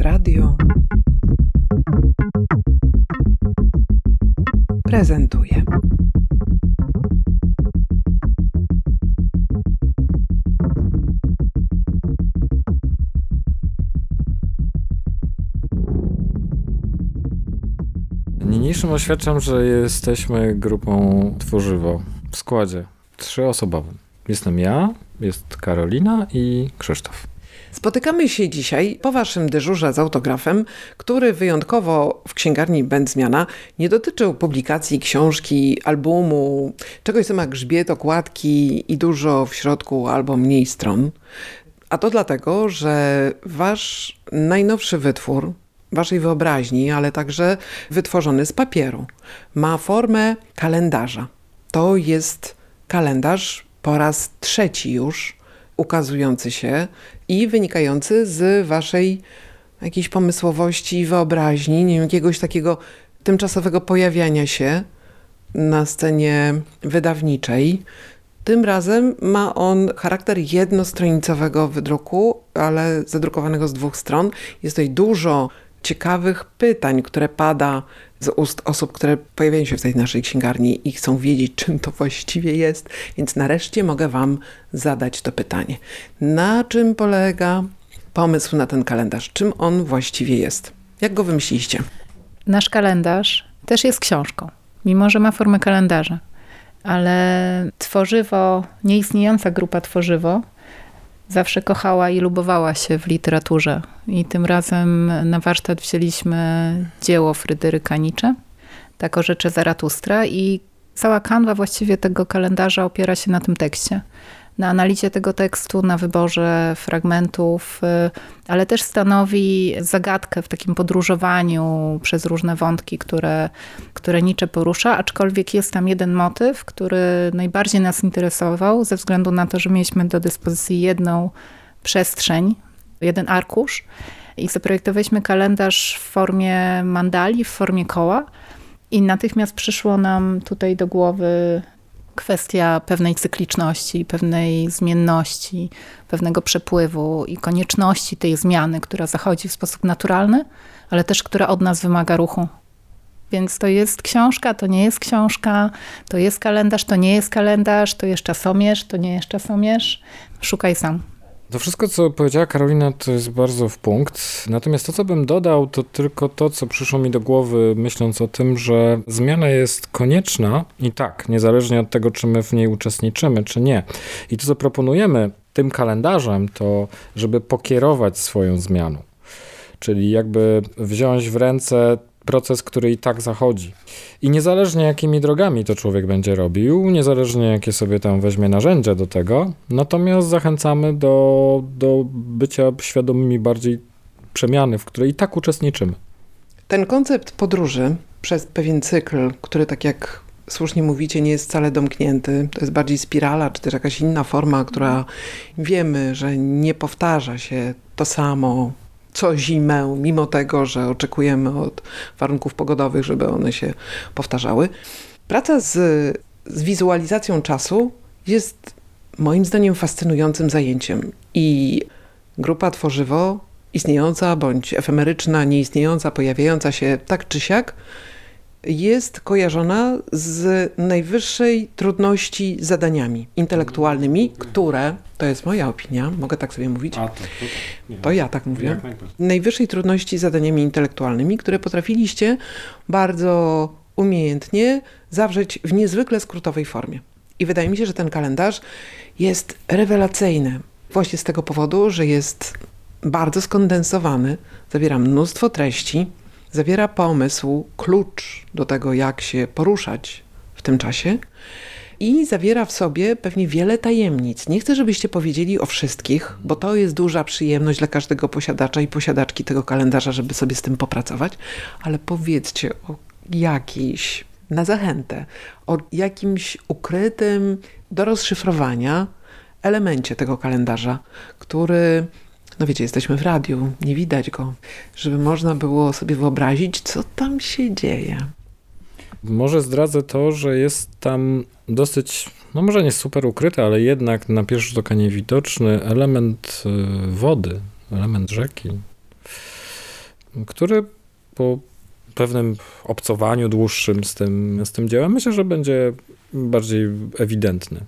Radio prezentuje. Niniejszym oświadczam, że jesteśmy grupą Tworzywo w składzie 3-osobowym. Jestem ja, jest Karolina i Krzysztof. Spotykamy się dzisiaj po waszym dyżurze z autografem, który wyjątkowo w księgarni Będzmiana nie dotyczył publikacji książki, albumu, czegoś co ma grzbiet, okładki i dużo w środku albo mniej stron. A to dlatego, że wasz najnowszy wytwór, waszej wyobraźni, ale także wytworzony z papieru, ma formę kalendarza. To jest kalendarz po raz 3 już ukazujący się i wynikający z waszej jakiejś pomysłowości, wyobraźni, nie wiem, jakiegoś takiego tymczasowego pojawiania się na scenie wydawniczej. Tym razem ma on charakter jednostronicowego wydruku, ale zadrukowanego z 2 stron. Jest tutaj dużo ciekawych pytań, które pada z ust osób, które pojawiają się w tej naszej księgarni i chcą wiedzieć, czym to właściwie jest. Więc nareszcie mogę wam zadać to pytanie. Na czym polega pomysł na ten kalendarz? Czym on właściwie jest? Jak go wymyśliliście? Nasz kalendarz też jest książką, mimo że ma formę kalendarza. Ale Tworzywo, nieistniejąca grupa Tworzywo, zawsze kochała i lubowała się w literaturze. I tym razem na warsztat wzięliśmy dzieło Fryderyka Nietzsche, tak orzecze Zaratustra, i cała kanwa właściwie tego kalendarza opiera się na tym tekście. Na analizie tego tekstu, na wyborze fragmentów, ale też stanowi zagadkę w takim podróżowaniu przez różne wątki, które Nietzsche porusza, aczkolwiek jest tam jeden motyw, który najbardziej nas interesował, ze względu na to, że mieliśmy do dyspozycji jedną przestrzeń, jeden arkusz i zaprojektowaliśmy kalendarz w formie mandali, w formie koła, i natychmiast przyszło nam tutaj do głowy kwestia pewnej cykliczności, pewnej zmienności, pewnego przepływu i konieczności tej zmiany, która zachodzi w sposób naturalny, ale też która od nas wymaga ruchu. Więc to jest książka, to nie jest książka, to jest kalendarz, to nie jest kalendarz, to jest czasomierz, to nie jest czasomierz. Szukaj sam. To wszystko, co powiedziała Karolina, to jest bardzo w punkt. Natomiast to, co bym dodał, to tylko to, co przyszło mi do głowy, myśląc o tym, że zmiana jest konieczna i tak, niezależnie od tego, czy my w niej uczestniczymy, czy nie. I to, co proponujemy tym kalendarzem, to żeby pokierować swoją zmianą. Czyli jakby wziąć w ręce proces, który i tak zachodzi. I niezależnie jakimi drogami to człowiek będzie robił, niezależnie jakie sobie tam weźmie narzędzia do tego, natomiast zachęcamy do bycia świadomymi bardziej przemiany, w której i tak uczestniczymy. Ten koncept podróży przez pewien cykl, który, tak jak słusznie mówicie, nie jest wcale domknięty, to jest bardziej spirala, czy też jakaś inna forma, która wiemy, że nie powtarza się to samo co zimę, mimo tego, że oczekujemy od warunków pogodowych, żeby one się powtarzały. Praca z wizualizacją czasu jest moim zdaniem fascynującym zajęciem i grupa Tworzywo, istniejąca bądź efemeryczna, nieistniejąca, pojawiająca się tak czy siak, jest kojarzona z najwyższej trudności zadaniami intelektualnymi, które, to jest moja opinia, mogę tak sobie mówić, to ja tak mówię, najwyższej trudności zadaniami intelektualnymi, które potrafiliście bardzo umiejętnie zawrzeć w niezwykle skrótowej formie. I wydaje mi się, że ten kalendarz jest rewelacyjny właśnie z tego powodu, że jest bardzo skondensowany, zawiera mnóstwo treści, zawiera pomysł, klucz do tego, jak się poruszać w tym czasie i zawiera w sobie pewnie wiele tajemnic. Nie chcę, żebyście powiedzieli o wszystkich, bo to jest duża przyjemność dla każdego posiadacza i posiadaczki tego kalendarza, żeby sobie z tym popracować, ale powiedzcie o jakiejś, na zachętę, o jakimś ukrytym do rozszyfrowania elemencie tego kalendarza, który, no wiecie, jesteśmy w radiu, nie widać go, żeby można było sobie wyobrazić, co tam się dzieje. Może zdradzę to, że jest tam dosyć, no może nie super ukryty, ale jednak na pierwszy rzut oka niewidoczny element wody, element rzeki. który po pewnym obcowaniu dłuższym z tym dziełem myślę, że będzie bardziej ewidentny.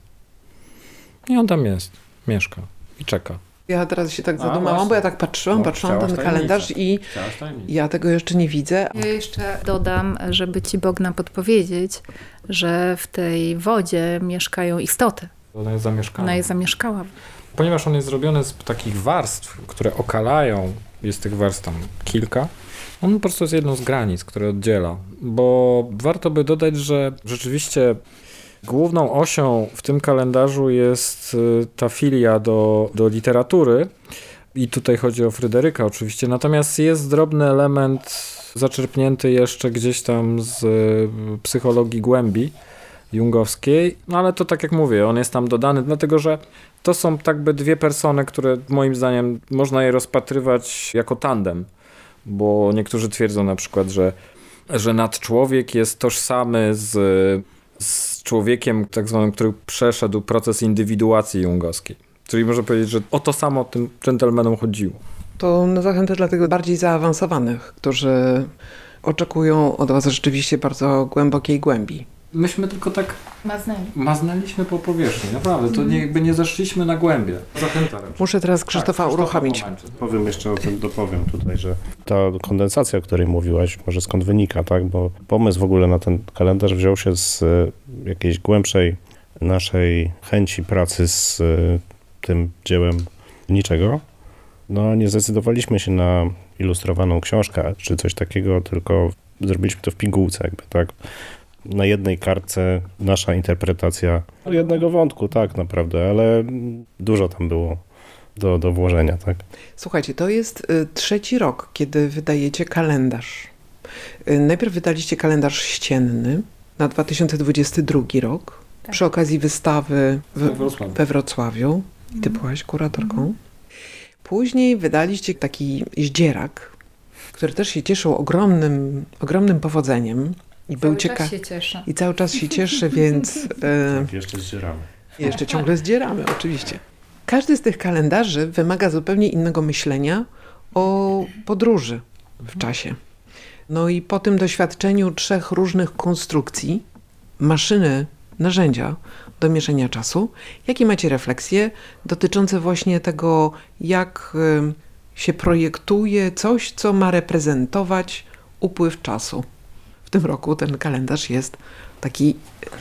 I on tam jest, mieszka i czeka. Ja teraz się tak zadumałam, bo ja tak patrzyłam na ten kalendarz i ja tego jeszcze nie widzę. Ja jeszcze dodam, żeby ci Bogna podpowiedzieć, że w tej wodzie mieszkają istoty. Ona jest zamieszkała. Ona jest zamieszkała. Ponieważ on jest zrobiony z takich warstw, które okalają, jest tych warstw tam kilka, on po prostu jest jedną z granic, które oddziela. Bo warto by dodać, że rzeczywiście główną osią w tym kalendarzu jest ta filia do literatury i tutaj chodzi o Fryderyka oczywiście, natomiast jest drobny element zaczerpnięty jeszcze gdzieś tam z psychologii głębi jungowskiej, no ale to tak jak mówię, on jest tam dodany, dlatego że to są tak by dwie persony, które moim zdaniem można je rozpatrywać jako tandem, bo niektórzy twierdzą na przykład, że nadczłowiek jest tożsamy z człowiekiem tak zwanym, który przeszedł proces indywiduacji jungowskiej. Czyli można powiedzieć, że o to samo tym dżentelmenom chodziło. To na zachętę dla tych bardziej zaawansowanych, którzy oczekują od was rzeczywiście bardzo głębokiej głębi. Myśmy tylko tak maznęliśmy po powierzchni, naprawdę, to nie zeszliśmy na głębie. Zachęcam. Muszę teraz Krzysztofa uruchomić. Powiem jeszcze o tym, dopowiem tutaj, że ta kondensacja, o której mówiłaś, może skąd wynika, tak? Bo pomysł w ogóle na ten kalendarz wziął się z jakiejś głębszej naszej chęci pracy z tym dziełem niczego. No nie zdecydowaliśmy się na ilustrowaną książkę czy coś takiego, tylko zrobiliśmy to w pigułce jakby, tak? Na jednej kartce nasza interpretacja jednego wątku, tak naprawdę, ale dużo tam było do włożenia, tak? Słuchajcie, to jest 3. rok, kiedy wydajecie kalendarz. Najpierw wydaliście kalendarz ścienny na 2022 rok, tak, przy okazji wystawy we Wrocławiu. I ty byłaś kuratorką. Później wydaliście taki zdzierak, który też się cieszył ogromnym powodzeniem. I był ciekawy. I cały czas się cieszy, więc... Tak, jeszcze zdzieramy. Jeszcze ciągle zdzieramy, oczywiście. Każdy z tych kalendarzy wymaga zupełnie innego myślenia o podróży w czasie. No i po tym doświadczeniu 3 różnych konstrukcji, maszyny, narzędzia do mierzenia czasu, jakie macie refleksje dotyczące właśnie tego, jak się projektuje coś, co ma reprezentować upływ czasu. W tym roku ten kalendarz jest taki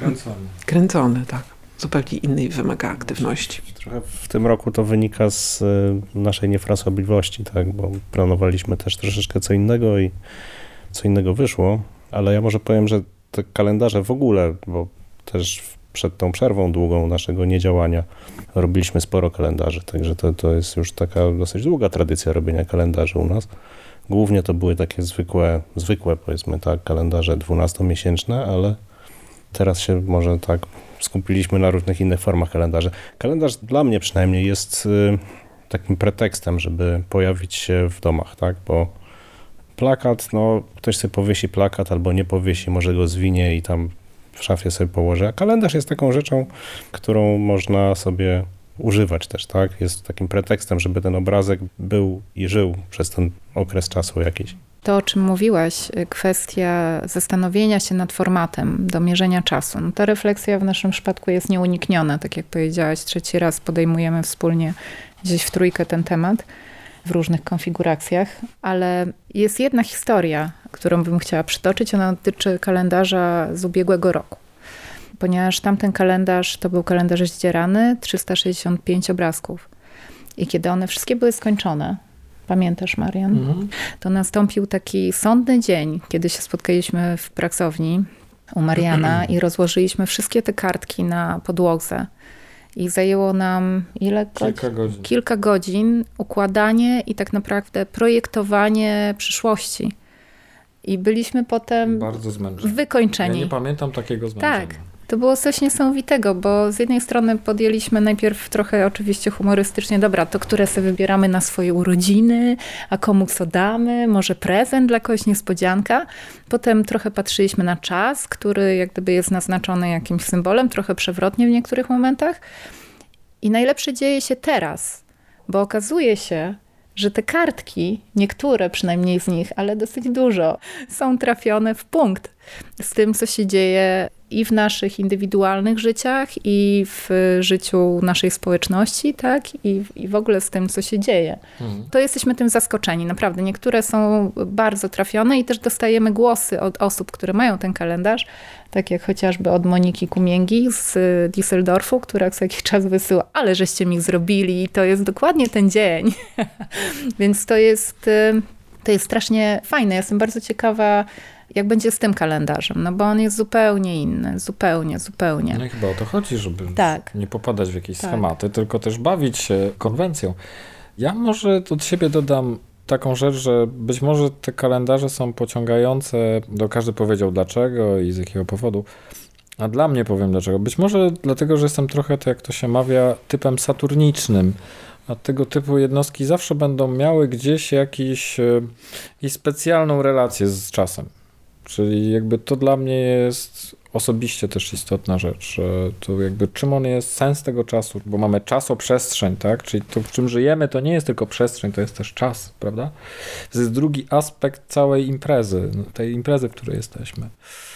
kręcony, tak. Zupełnie innej wymaga aktywności. Trochę w tym roku to wynika z naszej niefrasobliwości, tak, bo planowaliśmy też troszeczkę co innego i co innego wyszło, ale ja może powiem, że te kalendarze w ogóle, bo też przed tą przerwą długą naszego niedziałania robiliśmy sporo kalendarzy, także to jest już taka dosyć długa tradycja robienia kalendarzy u nas. Głównie to były takie zwykłe powiedzmy tak, kalendarze 12-miesięczne, ale teraz się może tak skupiliśmy na różnych innych formach kalendarzy. Kalendarz dla mnie przynajmniej jest takim pretekstem, żeby pojawić się w domach, tak, bo plakat, no ktoś sobie powiesi plakat albo nie powiesi, może go zwinie i tam w szafie sobie położy, a kalendarz jest taką rzeczą, którą można sobie używać też, tak? Jest takim pretekstem, żeby ten obrazek był i żył przez ten okres czasu jakiś. To, o czym mówiłaś, kwestia zastanowienia się nad formatem do mierzenia czasu. No ta refleksja w naszym przypadku jest nieunikniona. Tak jak powiedziałaś, 3. raz podejmujemy wspólnie gdzieś w trójkę ten temat w różnych konfiguracjach, ale jest jedna historia, którą bym chciała przytoczyć. Ona dotyczy kalendarza z ubiegłego roku. Ponieważ tamten kalendarz to był kalendarz zdzierany, 365 obrazków. I kiedy one wszystkie były skończone, pamiętasz, Marian? To nastąpił taki sądny dzień, kiedy się spotkaliśmy w praksowni u Mariana i rozłożyliśmy wszystkie te kartki na podłodze. I zajęło nam kilka godzin układanie i tak naprawdę projektowanie przyszłości. I byliśmy potem bardzo zmęczeni. Wykończeni. Ja nie pamiętam takiego zmęczenia. Tak. To było coś niesamowitego, bo z jednej strony podjęliśmy najpierw trochę oczywiście humorystycznie, dobra, to które sobie wybieramy na swoje urodziny, a komu co damy, może prezent dla kogoś, niespodzianka. Potem trochę patrzyliśmy na czas, który jak gdyby jest naznaczony jakimś symbolem, trochę przewrotnie w niektórych momentach. I najlepsze dzieje się teraz, bo okazuje się, że te kartki, niektóre przynajmniej z nich, ale dosyć dużo, są trafione w punkt z tym, co się dzieje i w naszych indywidualnych życiach, i w życiu naszej społeczności, tak? I w ogóle z tym, co się dzieje. To jesteśmy tym zaskoczeni, naprawdę. Niektóre są bardzo trafione i też dostajemy głosy od osób, które mają ten kalendarz, tak jak chociażby od Moniki Kumięgi z Düsseldorfu, która co jakiś czas wysyła, ale żeście mi zrobili i to jest dokładnie ten dzień. Więc to jest strasznie fajne. Ja jestem bardzo ciekawa, jak będzie z tym kalendarzem, no bo on jest zupełnie inny, zupełnie. No i chyba o to chodzi, żeby tak. nie popadać w jakieś schematy, tylko też bawić się konwencją. Ja może od siebie dodam taką rzecz, że być może te kalendarze są pociągające, każdy powiedział dlaczego i z jakiego powodu, a dla mnie powiem dlaczego. Być może dlatego, że jestem trochę, tak jak to się mawia, typem saturnicznym, a tego typu jednostki zawsze będą miały gdzieś jakąś specjalną relację z czasem. Czyli jakby to dla mnie jest osobiście też istotna rzecz, że to jakby czym on jest, sens tego czasu, bo mamy czasoprzestrzeń, tak? Czyli to, w czym żyjemy, to nie jest tylko przestrzeń, to jest też czas, prawda? To jest drugi aspekt całej imprezy, tej imprezy, w której jesteśmy.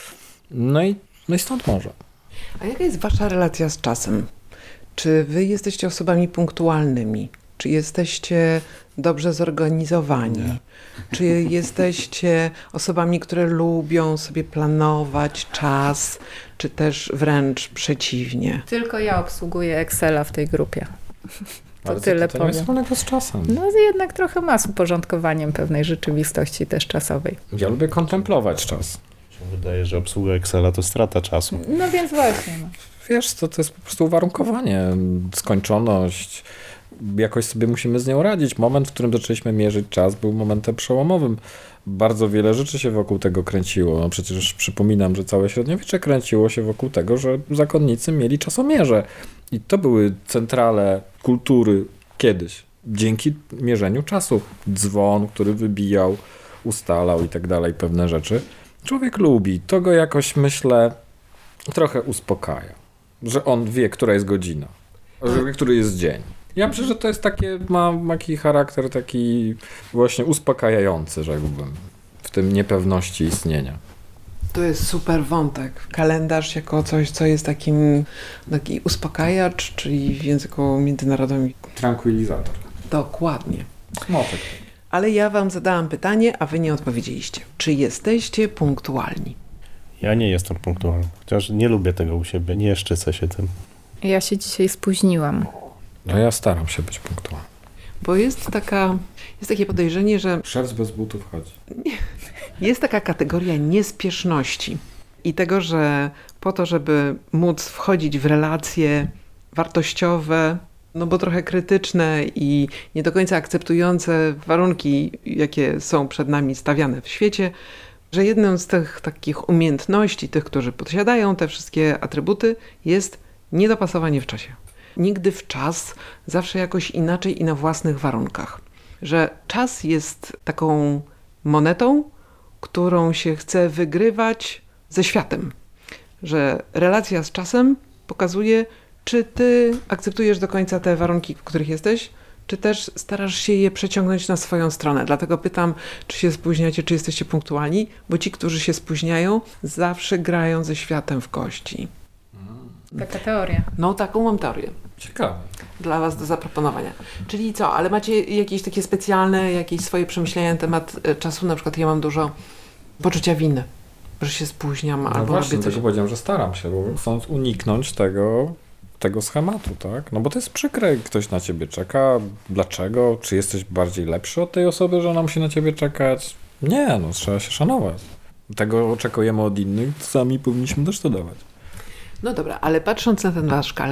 No i stąd może. A jaka jest wasza relacja z czasem? Czy wy jesteście osobami punktualnymi? Czy jesteście dobrze zorganizowani? Nie. Czy jesteście osobami, które lubią sobie planować czas, czy też wręcz przeciwnie? Tylko ja obsługuję Excela w tej grupie. Ale tyle to powiem. nie jest wspólnego z czasem. No jednak trochę ma z uporządkowaniem pewnej rzeczywistości też czasowej. Ja lubię kontemplować czas. Wydaje, że obsługa Excela to strata czasu. No więc właśnie. No. Wiesz, to jest po prostu uwarunkowanie, skończoność. Jakoś sobie musimy z nią radzić. Moment, w którym zaczęliśmy mierzyć czas, był momentem przełomowym. Bardzo wiele rzeczy się wokół tego kręciło. No przecież przypominam, że całe średniowiecze kręciło się wokół tego, że zakonnicy mieli czasomierze. I to były centrale kultury kiedyś. Dzięki mierzeniu czasu. Dzwon, który wybijał, ustalał i tak dalej, pewne rzeczy. Człowiek lubi. To go jakoś, myślę, trochę uspokaja. Że on wie, która jest godzina. Że wie, który jest dzień. Ja myślę, że to jest takie, ma taki charakter taki właśnie uspokajający, rzekłbym, w tym niepewności istnienia. To jest super wątek. Kalendarz jako coś, co jest taki uspokajacz, czyli w języku międzynarodowym. Tranquilizator. Dokładnie. Smoczek. Ale ja wam zadałam pytanie, a wy nie odpowiedzieliście. Czy jesteście punktualni? Ja nie jestem punktualny, chociaż nie lubię tego u siebie, nie szczycę się tym. Ja się dzisiaj spóźniłam. No ja staram się być punktualny. Bo jest takie podejrzenie, że Szef bez butów chodzi. jest taka kategoria niespieszności i tego, że po to, żeby móc wchodzić w relacje wartościowe, no bo trochę krytyczne i nie do końca akceptujące warunki, jakie są przed nami stawiane w świecie, że jedną z tych takich umiejętności tych, którzy posiadają te wszystkie atrybuty, jest niedopasowanie w czasie. Nigdy w czas, zawsze jakoś inaczej i na własnych warunkach. Że czas jest taką monetą, którą się chce wygrywać ze światem. Że relacja z czasem pokazuje, czy ty akceptujesz do końca te warunki, w których jesteś, czy też starasz się je przeciągnąć na swoją stronę. Dlatego pytam, czy się spóźniacie, czy jesteście punktualni, bo ci, którzy się spóźniają, zawsze grają ze światem w kości. Taka teoria. No taką mam teorię. Ciekawe. Dla was do zaproponowania. Czyli co, ale macie jakieś takie specjalne, jakieś swoje przemyślenia na temat czasu? Na przykład ja mam dużo poczucia winy, że się spóźniam No albo właśnie, robię coś. tego powiedziałem, że staram się, bo chcąc uniknąć tego schematu, tak? No bo to jest przykre, ktoś na ciebie czeka. Dlaczego? Czy jesteś bardziej lepszy od tej osoby, że ona musi na ciebie czekać? Nie, no trzeba się szanować. Tego oczekujemy od innych, sami powinniśmy też to dawać. No dobra, ale patrząc na ten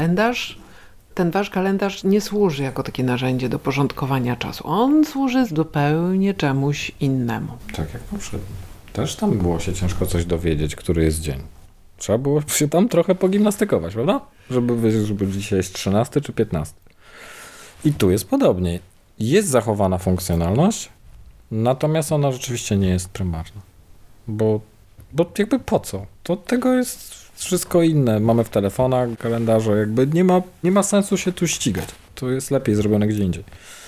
wasz kalendarz nie służy jako takie narzędzie do porządkowania czasu. On służy zupełnie czemuś innemu. Tak jak poprzednio. Też tam było się ciężko coś dowiedzieć, który jest dzień. Trzeba było się tam trochę pogimnastykować, prawda? Żeby wiedzieć, żeby dzisiaj jest 13 czy 15. I tu jest podobnie. Jest zachowana funkcjonalność, natomiast ona rzeczywiście nie jest prymarna. Bo jakby po co? To tego jest wszystko inne. Mamy w telefonach, kalendarze, jakby nie ma sensu się tu ścigać. To jest lepiej zrobione gdzie indziej.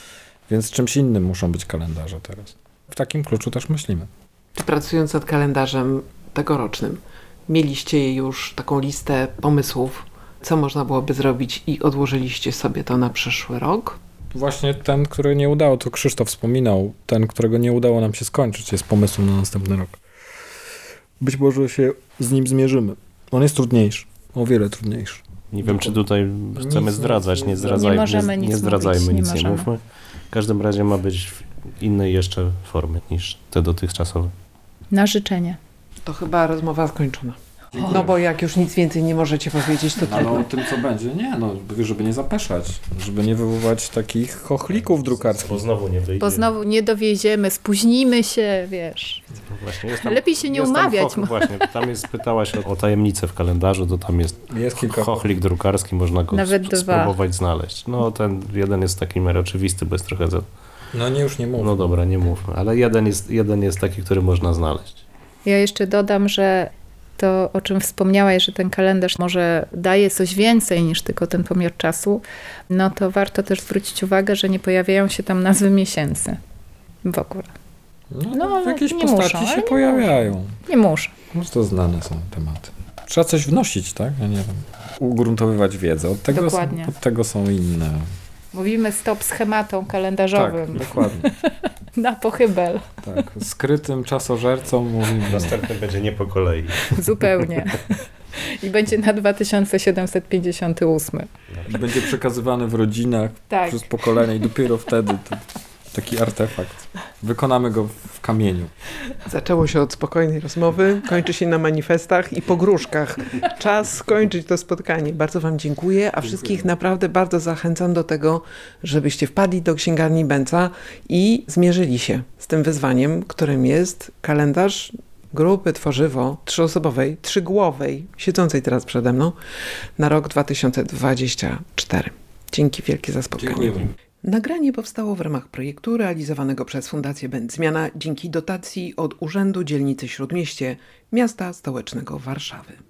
Więc czymś innym muszą być kalendarze teraz. W takim kluczu też myślimy. Czy pracując nad kalendarzem tegorocznym, mieliście już taką listę pomysłów, co można byłoby zrobić i odłożyliście sobie to na przyszły rok? Właśnie ten, który nie udało, to Krzysztof wspominał, ten, którego nie udało nam się skończyć, jest pomysłem na następny rok. Być może się z nim zmierzymy. On jest trudniejszy, o wiele trudniejszy. Nie wiem, czy tutaj chcemy Nic zdradzać, nie zdradzajmy, nic nie mówmy. W każdym razie ma być w innej jeszcze formie niż te dotychczasowe. Na życzenie. To chyba rozmowa skończona. No bo jak już nic więcej nie możecie powiedzieć, to Ale o tym, co będzie, nie, żeby nie zapeszać, żeby nie wywoływać takich chochlików drukarskich. Bo znowu nie wyjdzie. Bo znowu nie dowieziemy, spóźnimy się, wiesz. No właśnie, Lepiej się nie umawiać. Właśnie, tam pytałaś o tajemnicę w kalendarzu, to tam jest kilka chochlik drukarski, można go Nawet spróbować znaleźć. No ten jeden jest taki miarę oczywisty, bo jest trochę No nie, już nie mów. No dobra, nie mówmy, ale jeden jest taki, który można znaleźć. Ja jeszcze dodam, że to, o czym wspomniałaś, że ten kalendarz może daje coś więcej niż tylko ten pomiar czasu, no to warto też zwrócić uwagę, że nie pojawiają się tam nazwy miesięcy w ogóle. No ale w jakiejś nie postaci muszą, się ale nie pojawiają. Nie muszę. No to znane są tematy. Trzeba coś wnosić, tak? Ja nie wiem. Ugruntowywać wiedzę. Dokładnie. Od tego są inne. Mówimy stop schematom kalendarzowym. Tak, dokładnie. Na pochybel. Tak, skrytym czasożercom mówimy. Następny będzie nie po kolei. Zupełnie. I będzie na 2758. I będzie przekazywany w rodzinach Tak. przez pokolenia i dopiero wtedy to taki artefakt. Wykonamy go w kamieniu. zaczęło się od spokojnej rozmowy, kończy się na manifestach i pogróżkach. Czas skończyć to spotkanie. Bardzo wam dziękuję, a wszystkich naprawdę bardzo zachęcam do tego, żebyście wpadli do księgarni Bęca i zmierzyli się z tym wyzwaniem, którym jest kalendarz grupy Tworzywo 3-osobowej, 3-głowej, siedzącej teraz przede mną, na rok 2024. Dzięki wielkie za spotkanie. Dziękuję. Nagranie powstało w ramach projektu realizowanego przez Fundację Bęc Zmiana dzięki dotacji od Urzędu Dzielnicy Śródmieście Miasta Stołecznego Warszawy.